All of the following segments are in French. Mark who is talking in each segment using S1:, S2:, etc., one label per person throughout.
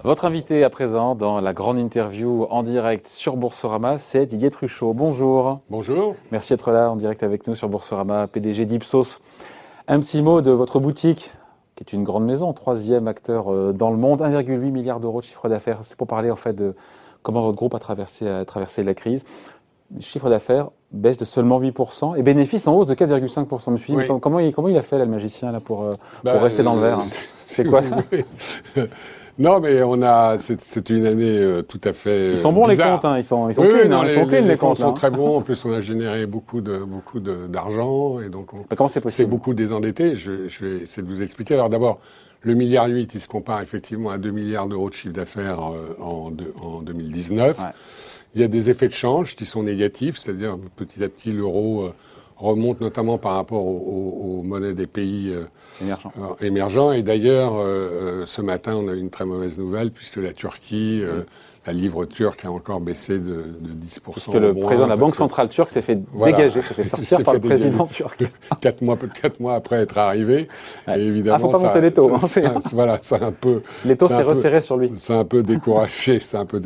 S1: Votre invité à présent dans la grande interview en direct sur Boursorama, c'est Didier Truchot. Bonjour.
S2: Bonjour.
S1: Merci d'être là en direct avec nous sur Boursorama, PDG d'Ipsos. Un petit mot de votre boutique, qui est une grande maison, troisième acteur dans le monde, 1,8 milliard d'euros de chiffre d'affaires. C'est pour parler en fait de comment votre groupe a traversé la crise. Le chiffre d'affaires baisse de seulement 8% et bénéfice en hausse de 4,5%. Je me suis dit,
S2: oui.
S1: comment il a fait là, le magicien là, pour rester dans le vert C'est quoi ça?
S2: Non, mais c'est une année tout à fait
S1: Ils sont bons
S2: bizarre.
S1: les comptes, hein. Ils sont clean, les comptes
S2: sont très bons. En plus, on a généré beaucoup d'argent et donc
S1: comment c'est possible?
S2: C'est beaucoup désendetté. Je vais essayer de vous expliquer. Alors d'abord, le milliard 8, il se compare effectivement à 2 milliards d'euros de chiffre d'affaires en 2019. Ouais. Il y a des effets de change qui sont négatifs, c'est-à-dire petit à petit l'euro remonte notamment par rapport aux monnaies des pays émergents. Et d'ailleurs, ce matin, on a eu une très mauvaise nouvelle puisque la Turquie, la livre turque a encore baissé de 10%.
S1: Puisque le président de la Banque centrale turque s'est fait dégager, s'est fait sortir par le président turc.
S2: 4 mois après être arrivé.
S1: Ouais.
S2: Et évidemment,
S1: faut pas monter les taux.
S2: Voilà, ça a un peu.
S1: Les taux s'est resserré sur lui.
S2: Ça a un peu découragé,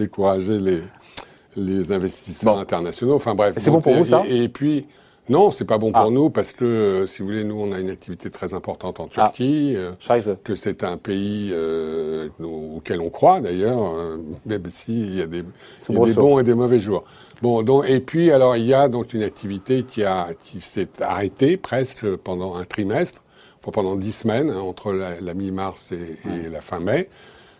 S2: les investisseurs internationaux. Enfin bref.
S1: Et c'est bon pour vous, ça?
S2: Et puis, non, c'est pas bon pour nous parce que, si vous voulez, nous, on a une activité très importante en Turquie, que c'est un pays auquel on croit d'ailleurs, même s'il y a des bons et des mauvais jours. Bon, donc, et puis, alors, il y a donc une activité qui s'est arrêtée presque pendant un trimestre, enfin pendant 10 semaines, entre la mi-mars et la fin mai.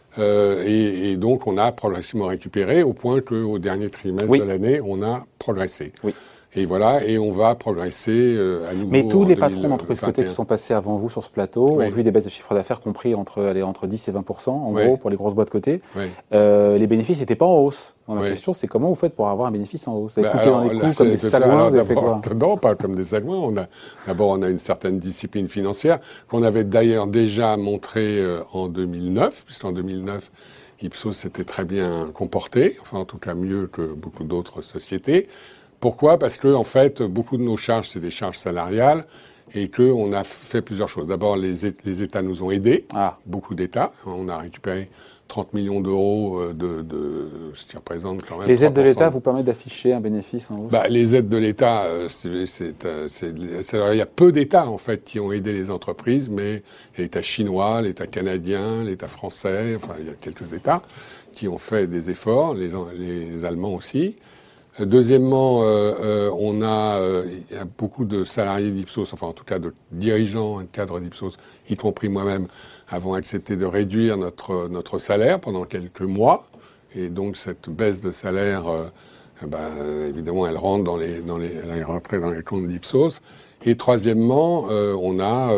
S2: Et donc, on a progressivement récupéré au point qu'au dernier trimestre de l'année, on a progressé.
S1: Oui.
S2: Et voilà, et on va progresser à nouveau.
S1: Mais tous les patrons d'entreprises cotées qui sont passés avant vous sur ce plateau ont vu des baisses de chiffre d'affaires compris entre 10 et 20%, en gros, pour les grosses boîtes cotées. Les bénéfices n'étaient pas en hausse. Donc, la question, c'est comment vous faites pour avoir un bénéfice en hausse? Vous avez coupé dans les coûts comme des sagouins, vous avez fait quoi?
S2: Non, pas comme des sagouins. D'abord, on a une certaine discipline financière qu'on avait d'ailleurs déjà montrée en 2009, puisqu'en 2009, Ipsos s'était très bien comporté, enfin en tout cas mieux que beaucoup d'autres sociétés. Pourquoi? Parce que, en fait, beaucoup de nos charges, c'est des charges salariales et qu'on a fait plusieurs choses. D'abord, les États nous ont aidés, beaucoup d'États. On a récupéré 30 millions d'euros ce qui représente quand même.
S1: Les aides de l'État vous permettent d'afficher un bénéfice en hausse?
S2: Les aides de l'État, il y a peu d'États, en fait, qui ont aidé les entreprises, mais l'État chinois, l'État canadien, l'État français, enfin, il y a quelques États qui ont fait des efforts, les Allemands aussi. Deuxièmement, il y a beaucoup de salariés d'Ipsos, enfin en tout cas de dirigeants et de cadres d'Ipsos, y compris moi-même, avons accepté de réduire notre salaire pendant quelques mois. Et donc cette baisse de salaire, évidemment, elle rentre elle est rentrée dans les comptes d'Ipsos. Et troisièmement, on a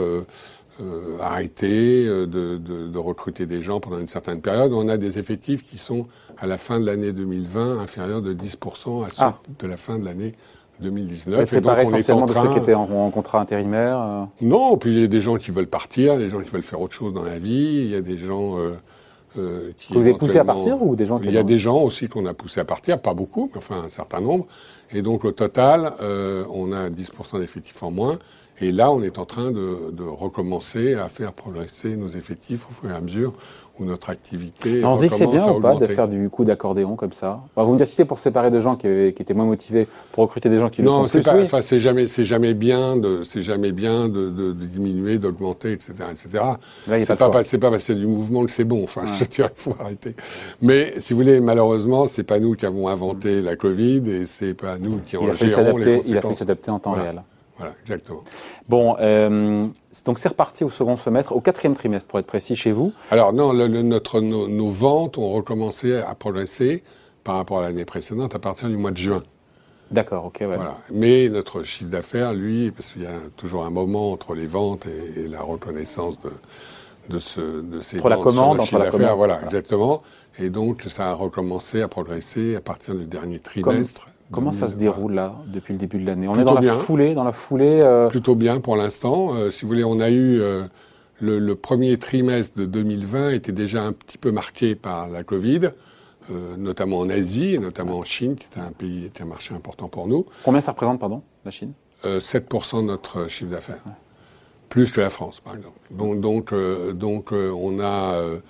S2: arrêté de recruter des gens pendant une certaine période. On a des effectifs qui sont, à la fin de l'année 2020, inférieurs de 10% à ceux de la fin de l'année 2019.
S1: C'est pareil essentiellement de ceux qui étaient en contrat intérimaire?
S2: Non, puis il y a des gens qui veulent partir, des gens qui veulent faire autre chose dans la vie. Il y a des gens qui...
S1: Vous avez poussé à partir ou des gens qui...
S2: Il y a des gens aussi qu'on a poussé à partir, pas beaucoup, mais enfin un certain nombre. Et donc au total, on a 10% d'effectifs en moins. Et là, on est en train de recommencer à faire progresser nos effectifs au fur et à mesure où notre activité
S1: on se dit que c'est bien ou pas de
S2: augmenter.
S1: faire du coup d'accordéon comme ça? Vous me dites si c'est pour séparer de gens qui étaient moins motivés pour recruter des gens qui le sont plus.
S2: Non, c'est jamais bien de diminuer, d'augmenter, etc., etc.
S1: Là,
S2: c'est pas parce que c'est du mouvement que c'est bon. Enfin, je dirais, il faut arrêter. Mais si vous voulez, malheureusement, c'est pas nous qui avons inventé la Covid et c'est pas nous qui en gérons les conséquences.
S1: Il a fallu s'adapter en temps réel.
S2: Voilà, exactement.
S1: Bon, donc c'est reparti au second semestre, au 4e trimestre pour être précis chez vous.
S2: Alors non, nos ventes ont recommencé à progresser par rapport à l'année précédente à partir du mois de juin.
S1: D'accord, ok, ouais.
S2: Voilà. Mais notre chiffre d'affaires, lui, parce qu'il y a toujours un moment entre les ventes et la reconnaissance de ces
S1: entre
S2: ventes
S1: la commande,
S2: sur le chiffre d'affaires,
S1: voilà,
S2: exactement. Et donc ça a recommencé à progresser à partir du dernier trimestre.
S1: Comment ça se déroule là depuis le début de l'année? On est dans la foulée.
S2: Plutôt bien pour l'instant. Si vous voulez, on a eu le premier trimestre de 2020 était déjà un petit peu marqué par la Covid, notamment en Asie et notamment en Chine, qui était un marché important pour nous.
S1: Combien ça représente, pardon, la Chine?
S2: 7% de notre chiffre d'affaires, plus que la France, par exemple. Donc,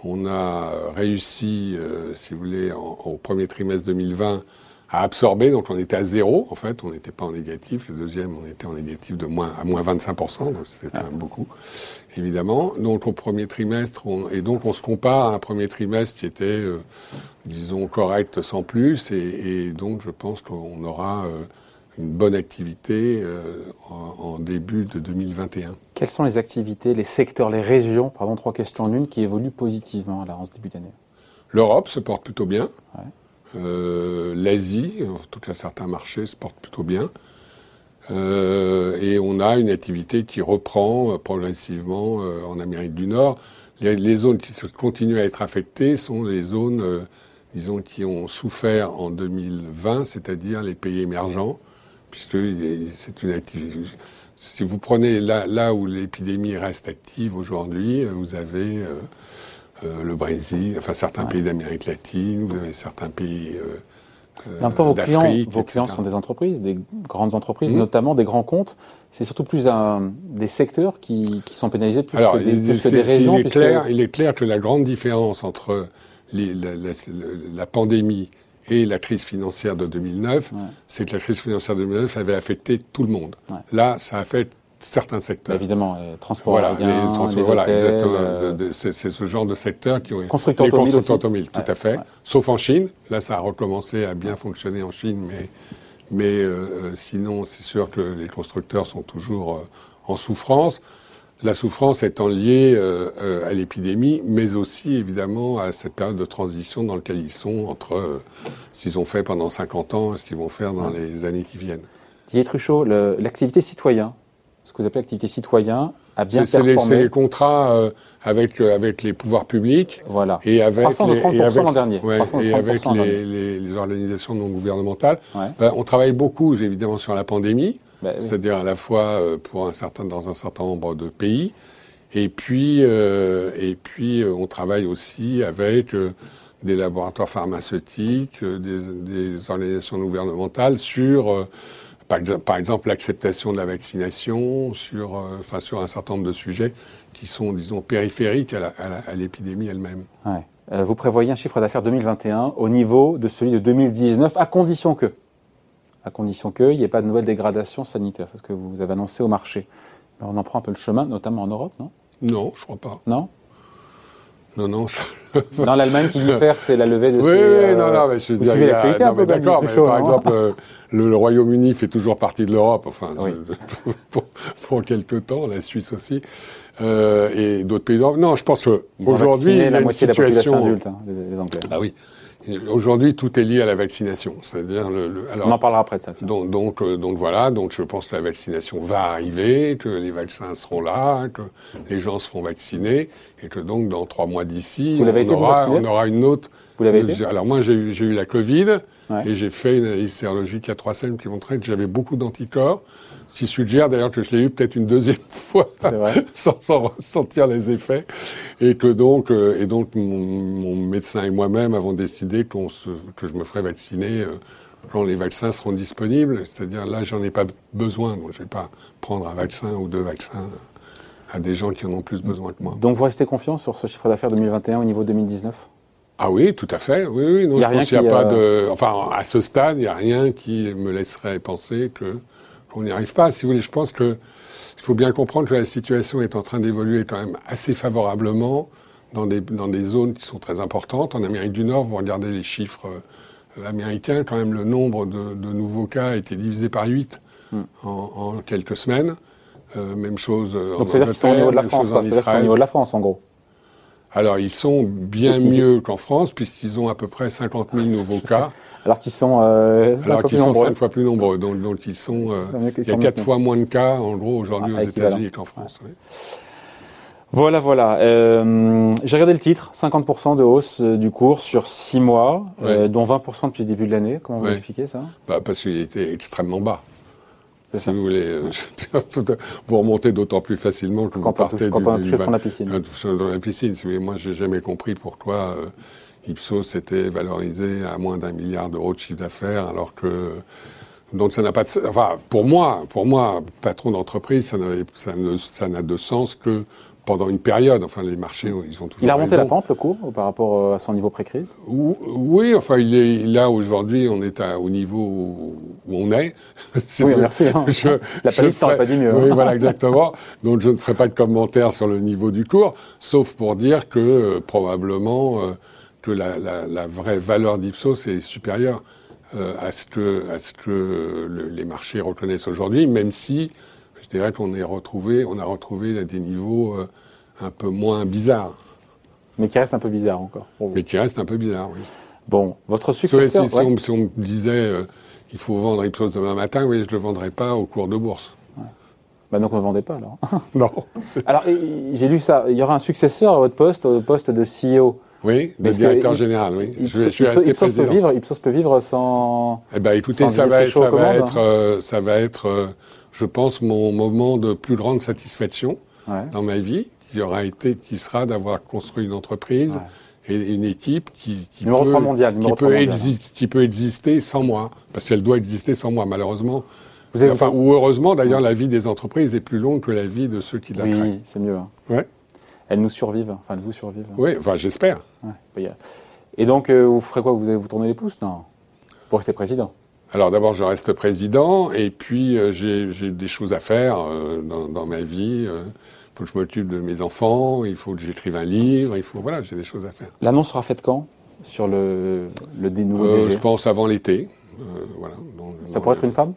S2: On a réussi, si vous voulez, au premier trimestre 2020, à absorber. Donc on était à zéro, en fait. On n'était pas en négatif. Le deuxième, on était en négatif à moins 25%. Donc c'était quand même beaucoup, évidemment. Donc au premier trimestre, on se compare à un premier trimestre qui était, disons, correct sans plus. Et donc je pense qu'on aura une bonne activité en début de 2021.
S1: Quelles sont les activités, les secteurs, les régions, 3 questions en une, qui évoluent positivement là, en ce début d'année?
S2: L'Europe se porte plutôt bien.
S1: Ouais.
S2: L'Asie, en tout cas certains marchés, se portent plutôt bien. Et on a une activité qui reprend progressivement en Amérique du Nord. Les zones qui continuent à être affectées sont les zones, disons, qui ont souffert en 2020, c'est-à-dire les pays émergents, puisque c'est une activité. Si vous prenez là où l'épidémie reste active aujourd'hui, vous avez le Brésil, enfin certains pays d'Amérique latine, vous avez certains pays
S1: en même temps, vos
S2: d'Afrique,
S1: clients sont des entreprises, des grandes entreprises, notamment des grands comptes. C'est surtout plus des secteurs qui sont pénalisés plus que des régions.
S2: Il est clair que la grande différence entre la pandémie et la crise financière de 2009, c'est que la crise financière de 2009 avait affecté tout le monde. Ouais. Là, ça affecte certains secteurs.
S1: Évidemment, les transports aériens, les hôtels,
S2: exactement. C'est ce genre de secteurs qui ont...
S1: Constructeurs
S2: automobiles, tout à fait. Ouais. Sauf en Chine. Là, ça a recommencé à bien fonctionner en Chine, mais sinon, c'est sûr que les constructeurs sont toujours en souffrance. La souffrance étant liée à l'épidémie, mais aussi, évidemment, à cette période de transition dans laquelle ils sont entre ce qu'ils ont fait pendant 50 ans et ce qu'ils vont faire dans les années qui viennent.
S1: Didier Truchot, l'activité citoyen, ce que vous appelez l'activité citoyen, a bien performé.
S2: C'est les contrats avec les pouvoirs publics.
S1: Voilà.
S2: Et avec
S1: croissance de 30% l'an dernier.
S2: Ouais, et avec les organisations non gouvernementales. Ouais. On travaille beaucoup, évidemment, sur la pandémie. C'est-à-dire à la fois dans un certain nombre de pays, et puis on travaille aussi avec des laboratoires pharmaceutiques, des organisations non gouvernementales sur par exemple l'acceptation de la vaccination, sur un certain nombre de sujets qui sont, disons, périphériques à l'épidémie elle-même.
S1: Ouais. Vous prévoyez un chiffre d'affaires 2021 au niveau de celui de 2019, à condition qu'il n'y ait pas de nouvelle dégradation sanitaire. C'est ce que vous avez annoncé au marché. Alors on en prend un peu le chemin, notamment en Europe, non?
S2: Non, je ne crois pas.
S1: Non?
S2: Non.
S1: Non, l'Allemagne qui diffère, c'est la levée de
S2: ses... Oui, non, mais je veux dire...
S1: l'actualité un peu,
S2: d'accord, mais par exemple, le Royaume-Uni fait toujours partie de l'Europe, pour quelque temps, la Suisse aussi, et d'autres pays d'Europe. Non, je pense qu'aujourd'hui, il y a une situation...
S1: La moitié de la population adulte, les Anglais.
S2: Ah oui. Aujourd'hui, tout est lié à la vaccination. C'est-à-dire
S1: on en parlera après de ça.
S2: Donc voilà. Donc je pense que la vaccination va arriver, que les vaccins seront là, que les gens se feront vacciner, et que donc dans 3 mois d'ici, on aura une autre.
S1: Vous l'avez été?
S2: Alors moi, j'ai eu la Covid et j'ai fait une analyse sérologique il y a 3 semaines qui montrait que j'avais beaucoup d'anticorps. Ce qui suggère d'ailleurs que je l'ai eu peut-être une deuxième fois sans ressentir les effets, et que donc mon médecin et moi-même avons décidé que je me ferais vacciner quand les vaccins seront disponibles. C'est-à-dire là, j'en ai pas besoin, donc je vais pas prendre un vaccin ou 2 vaccins à des gens qui en ont plus besoin que moi.
S1: Donc vous restez confiant sur ce chiffre d'affaires 2021 au niveau 2019?
S2: Ah oui, tout à fait. Oui. Non, je pense qu'il n'y a pas de... Enfin, à ce stade, il n'y a rien qui me laisserait penser qu'on n'y arrive pas. Si vous voulez, je pense que il faut bien comprendre que la situation est en train d'évoluer quand même assez favorablement dans des zones qui sont très importantes. En Amérique du Nord, vous regardez les chiffres américains, quand même le nombre de nouveaux cas a été divisé par 8 en quelques semaines. Même chose en Angleterre.
S1: Donc c'est-à-dire qu'ils sont au niveau de la France, quoi. C'est-à-dire qu'ils sont au niveau de la France, en gros.
S2: Alors, ils sont bien mieux qu'en France, puisqu'ils ont à peu près 50 000 nouveaux cas.
S1: Alors qu'ils sont
S2: 5 fois plus nombreux. Donc ils sont, il y a 4 fois moins de cas, en gros, aujourd'hui aux États-Unis qu'en France. Ouais.
S1: Voilà. J'ai regardé le titre, 50% de hausse du cours sur 6 mois, dont 20% depuis le début de l'année. Comment vous expliquez ça?
S2: Parce qu'il était extrêmement bas. Si vous voulez, vous remontez d'autant plus facilement que vous partez
S1: quand on a touché le fond de la piscine.
S2: Dans la piscine. Si vous voulez, moi, j'ai jamais compris pourquoi Ipsos était valorisé à moins d'1 milliard d'euros de chiffre d'affaires, alors que donc ça n'a pas de, enfin pour moi, patron d'entreprise, ça n'a de sens que pendant une période. Enfin, les marchés, ils ont toujours
S1: Il a remonté
S2: raison.
S1: la pente, le cours, par rapport à son niveau pré-crise?
S2: Oui, enfin, là, aujourd'hui, on est au niveau où on est.
S1: Oui, merci. Hein. La palisse n'aurait pas dit mieux.
S2: Oui, voilà, exactement. Donc, je ne ferai pas de commentaire sur le niveau du cours, sauf pour dire que probablement que la vraie valeur d'Ipsos est supérieure à ce que les marchés reconnaissent aujourd'hui, même si je dirais on a retrouvé à des niveaux un peu moins bizarres.
S1: Mais qui reste un peu bizarre encore. Pour vous.
S2: Mais qui reste un peu bizarre, oui.
S1: Bon, votre successeur...
S2: Si on me disait il faut vendre Ipsos demain matin, oui, je ne le vendrais pas au cours de bourse.
S1: Ouais. Bah donc on ne vendait pas alors.
S2: Non.
S1: Alors j'ai lu ça, il y aura un successeur à votre poste, au poste de CEO.
S2: Oui, de directeur général, oui. Je suis resté président.
S1: Ipsos peut vivre sans...
S2: Eh ben, écoutez, ça va être, je pense, mon moment de plus grande satisfaction dans ma vie, qui sera d'avoir construit une entreprise et une équipe qui peut exister sans moi, parce qu'elle doit exister sans moi, malheureusement. Ou heureusement, d'ailleurs, la vie des entreprises est plus longue que la vie de ceux qui la créent.
S1: Oui, c'est mieux. Hein.
S2: Ouais.
S1: Elles nous survivent, enfin elles vous survivent.
S2: Oui, enfin j'espère.
S1: Ouais. Et donc vous ferez quoi? Vous allez vous tourner les pouces? Non. Vous restez président?
S2: Alors d'abord je reste président et puis j'ai des choses à faire dans ma vie. Il faut que je m'occupe de mes enfants, il faut que j'écrive un livre, j'ai des choses à faire.
S1: L'annonce sera faite quand sur le nouveau DG?
S2: Je pense avant l'été. Voilà.
S1: Ça pourrait être une femme?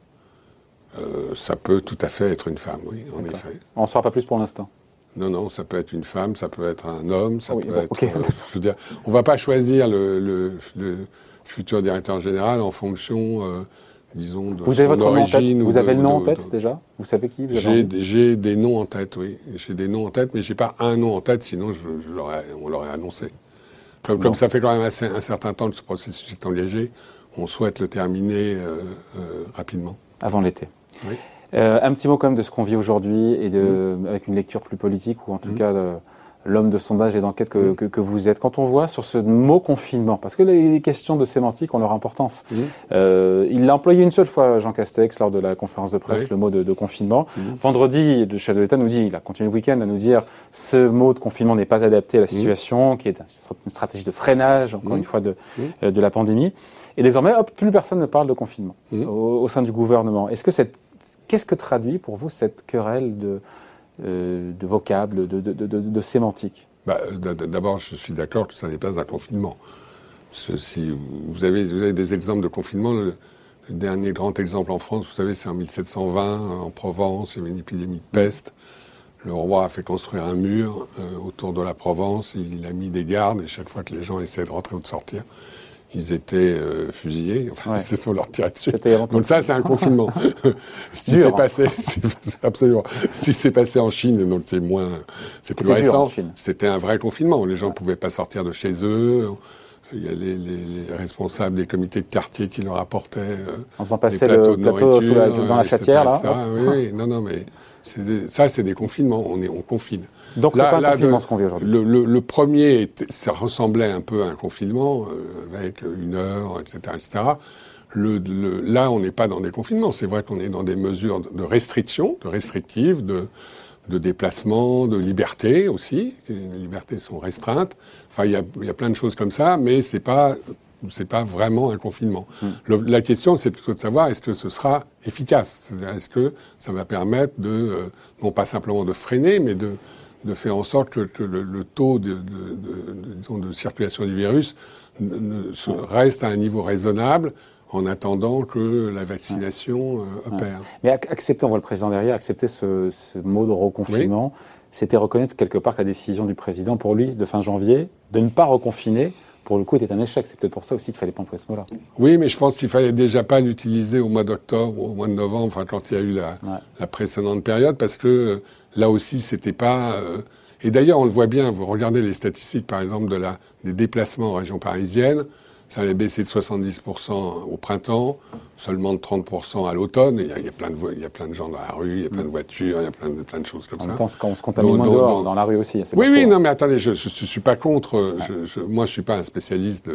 S2: Ça peut tout à fait être une femme, oui, en effet.
S1: On ne saura pas plus pour l'instant.
S2: Non, ça peut être une femme, ça peut être un homme, ça peut être...
S1: Okay.
S2: Je veux dire, on ne va pas choisir le futur directeur général en fonction, disons, de
S1: vous avez
S2: son
S1: votre
S2: origine.
S1: Vous avez le nom en tête déjà? Vous savez qui vous avez?
S2: J'ai des noms en tête, oui. J'ai des noms en tête, mais j'ai pas un nom en tête, sinon on l'aurait annoncé. Comme ça fait quand même un certain temps que ce processus est engagé, on souhaite le terminer rapidement.
S1: Avant l'été.
S2: Oui.
S1: Un petit mot quand même de ce qu'on vit aujourd'hui et avec une lecture plus politique ou en tout cas l'homme de sondage et d'enquête que vous êtes. Quand on voit sur ce mot confinement, parce que les questions de sémantique ont leur importance. Il l'a employé une seule fois, Jean Castex, lors de la conférence de presse, le mot de confinement. Vendredi, le chef de l'État nous dit, il a continué le week-end à nous dire, ce mot de confinement n'est pas adapté à la situation, qui est une stratégie de freinage, encore une fois, de la pandémie. Et désormais, plus personne ne parle de confinement au sein du gouvernement. Qu'est-ce que traduit pour vous cette querelle de vocables, de sémantique?
S2: D'abord, je suis d'accord que ça n'est pas un confinement. Si vous avez des exemples de confinement. Le dernier grand exemple en France, vous savez, c'est en 1720, en Provence, il y avait une épidémie de peste. Le roi a fait construire un mur autour de la Provence, il a mis des gardes, et chaque fois que les gens essayaient de rentrer ou de sortir, ils étaient fusillés, on leur tirait dessus. Donc ça, c'est un confinement. Ce qui s'est passé, absolument. Ce qui s'est passé en Chine, donc c'est plus récent. C'était un vrai confinement. Les gens ne pouvaient pas sortir de chez eux. Il y a les responsables des comités de quartier qui leur apportaient
S1: en faisant passer le plateau dans la chatière, là.
S2: Oui, non, mais c'est des confinements. On confine.
S1: Donc c'est pas un confinement ce qu'on vit aujourd'hui.
S2: Le premier, ça ressemblait un peu à un confinement, avec 1 heure, etc. Là, on n'est pas dans des confinements. C'est vrai qu'on est dans des mesures de restriction, restrictives, de déplacement, de liberté aussi. Les libertés sont restreintes. Enfin, il y a plein de choses comme ça, mais c'est pas vraiment un confinement. La question, c'est plutôt de savoir est-ce que ce sera efficace. C'est-à-dire, est-ce que ça va permettre non pas simplement de freiner, mais de faire en sorte que le taux de circulation du virus reste à un niveau raisonnable en attendant que la vaccination opère.
S1: Mais accepter, on voit le président derrière, accepter ce mot de reconfinement, c'était reconnaître quelque part que la décision du président pour lui de fin janvier de ne pas reconfiner, pour le coup, était un échec. C'est peut-être pour ça aussi qu'il fallait pas employer ce mot-là.
S2: Oui, mais je pense qu'il fallait déjà pas l'utiliser au mois d'octobre ou au mois de novembre, enfin quand il y a eu la précédente période, parce que là aussi, c'était pas... Et d'ailleurs, on le voit bien, vous regardez les statistiques, par exemple, des déplacements en région parisienne, ça avait baissé de 70% au printemps, seulement de 30% à l'automne. Il y a plein de gens dans la rue, il y a plein de voitures, il y a plein de choses comme ça.
S1: En même temps, on se contamine moins dehors, dans la rue aussi.
S2: Oui, non, mais attendez, je suis pas contre. Moi, je suis pas un spécialiste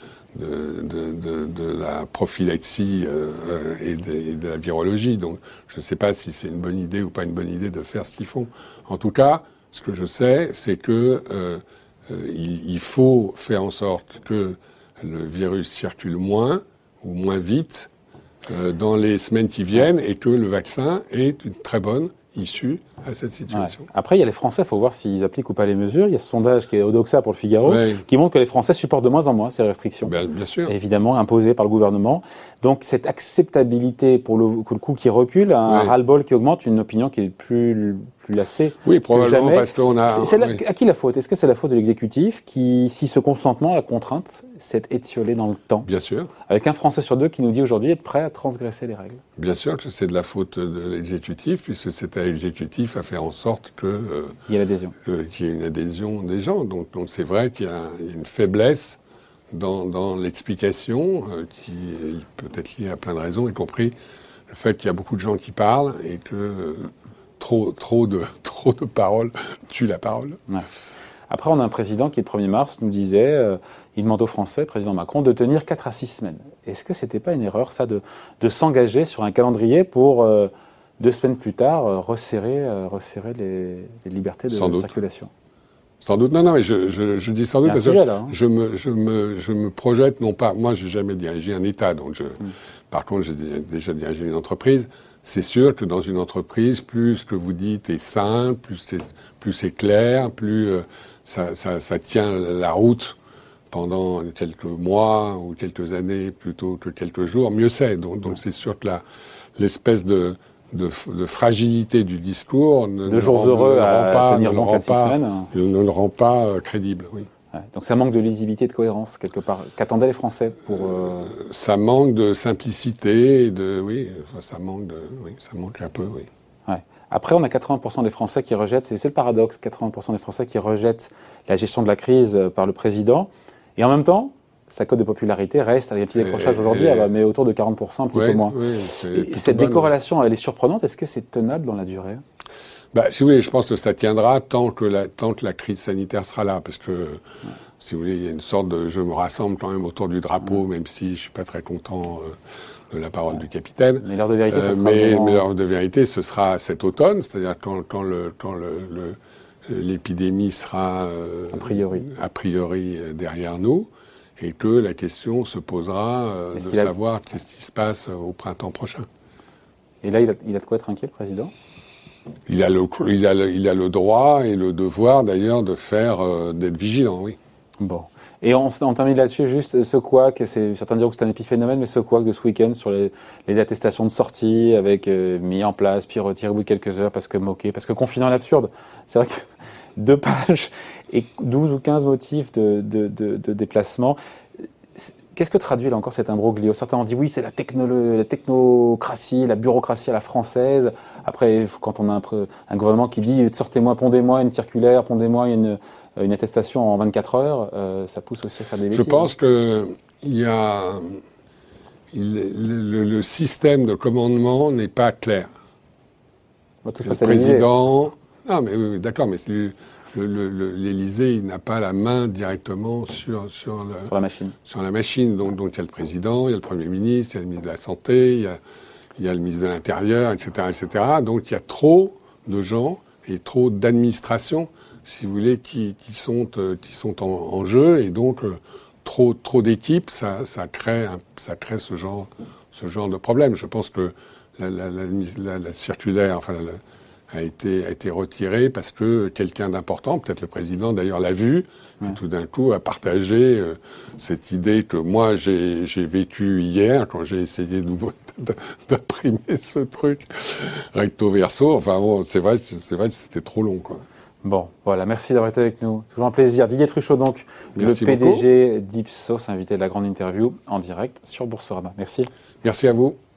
S2: de la prophylaxie et de la virologie. Donc, je ne sais pas si c'est une bonne idée ou pas une bonne idée de faire ce qu'ils font. En tout cas, Ce que je sais, c'est que il faut faire en sorte que le virus circule moins ou moins vite dans les semaines qui viennent et que le vaccin est une très bonne issue à cette situation.
S1: Ouais. Après, il y a les Français, il faut voir s'ils appliquent ou pas les mesures. Il y a ce sondage qui est Odoxa pour le Figaro, qui montre que les Français supportent de moins en moins ces restrictions.
S2: Bien sûr.
S1: Évidemment, imposées par le gouvernement. Donc, cette acceptabilité pour le coup qui recule, un ras-le-bol qui augmente, une opinion qui est plus lassée.
S2: Oui, probablement parce qu'on a...
S1: À qui la faute? Est-ce que c'est la faute de l'exécutif qui, si ce consentement, la contrainte, s'est étiolé dans le temps?
S2: Bien sûr.
S1: Avec un Français sur deux qui nous dit aujourd'hui être prêt à transgresser les règles.
S2: Bien sûr que c'est de la faute de l'exécutif, puisque c'est à l'exécutif à faire en sorte que...
S1: il y ait l'adhésion.
S2: Qu'il y ait une adhésion des gens. Donc c'est vrai qu'il y a une faiblesse dans l'explication qui peut être liée à plein de raisons, y compris le fait qu'il y a beaucoup de gens qui parlent et que trop de paroles tuent la parole.
S1: Ouais. Après, on a un président qui, le 1er mars, nous disait, il demande aux Français, le président Macron, de tenir 4 à 6 semaines. Est-ce que c'était pas une erreur, ça, de s'engager sur un calendrier pour, 2 semaines plus tard, resserrer les libertés de circulation?
S2: Sans doute, non, mais je dis sans doute parce
S1: que
S2: je me projette, non pas, moi j'ai jamais dirigé un État, donc par contre j'ai déjà dirigé une entreprise. C'est sûr que dans une entreprise, plus ce que vous dites est simple, plus c'est clair, plus ça tient la route pendant quelques mois ou quelques années plutôt que quelques jours, mieux c'est. Donc c'est sûr que l'espèce de fragilité du discours ne le rend pas crédible. Oui.
S1: Ouais, donc ça manque de lisibilité et de cohérence quelque part. Qu'attendaient les Français pour
S2: Ça manque de simplicité et ça manque un peu, oui.
S1: Ouais. Après, on a 80% des Français qui rejettent, et c'est le paradoxe, 80% des Français qui rejettent la gestion de la crise par le président, et en même temps, sa cote de popularité reste, avec un petit décrochage aujourd'hui, mais autour de 40%, un petit peu moins.
S2: Oui,
S1: et cette décorrélation, elle est surprenante. Est-ce que c'est tenable dans la durée?
S2: Si vous voulez, je pense que ça tiendra tant que la crise sanitaire sera là, parce que, si vous voulez, il y a une sorte de... Je me rassemble quand même autour du drapeau, même si je suis pas très content de la parole du capitaine.
S1: Mais l'heure de vérité, ça sera
S2: mais l'heure de vérité, ce sera cet automne, c'est-à-dire quand l'épidémie sera a priori derrière nous, et que la question se posera de savoir qu'est-ce qui se passe au printemps prochain.
S1: Et là, il a de quoi être inquiet, le président?
S2: Il a le droit et le devoir, d'ailleurs, d'être vigilant, oui.
S1: Bon. Et on termine là-dessus, juste ce couac, certains diront que c'est un épiphénomène, mais ce couac de ce week-end sur les attestations de sortie, avec mis en place, puis retiré au bout de quelques heures, parce que moqué, parce que confinant à l'absurde. C'est vrai que 2 pages et 12 ou 15 motifs de déplacement. Qu'est-ce que traduit là encore cet imbroglio? Certains ont dit oui, c'est la technocratie, la bureaucratie à la française. Après, quand on a un gouvernement qui dit sortez-moi, pondez-moi une circulaire, pondez-moi une attestation en 24 heures, ça pousse aussi à faire des bêtises.
S2: Je pense que le système de commandement n'est pas clair.
S1: Le
S2: président... Ah, mais oui, d'accord, mais l'Élysée, il n'a pas la main directement sur
S1: la machine.
S2: Sur la machine. Donc il y a le président, il y a le Premier ministre, il y a le ministre de la Santé, il y a le ministre de l'Intérieur, etc., etc. Donc il y a trop de gens et trop d'administrations, si vous voulez, qui sont en jeu, et donc trop d'équipes, ça crée ce genre de problème. Je pense que la circulaire, a été retirée parce que quelqu'un d'important, peut-être le président d'ailleurs, l'a vu, et tout d'un coup a partagé cette idée que moi j'ai vécue hier quand j'ai essayé d'imprimer ce truc recto verso. Enfin bon, c'est vrai que c'était trop long, quoi.
S1: Bon, voilà, merci d'avoir été avec nous. Toujours un plaisir. Didier Truchot, donc,
S2: merci
S1: le PDG d'Ipsos, invité de la grande interview en direct sur Boursorama. Merci.
S2: Merci à vous.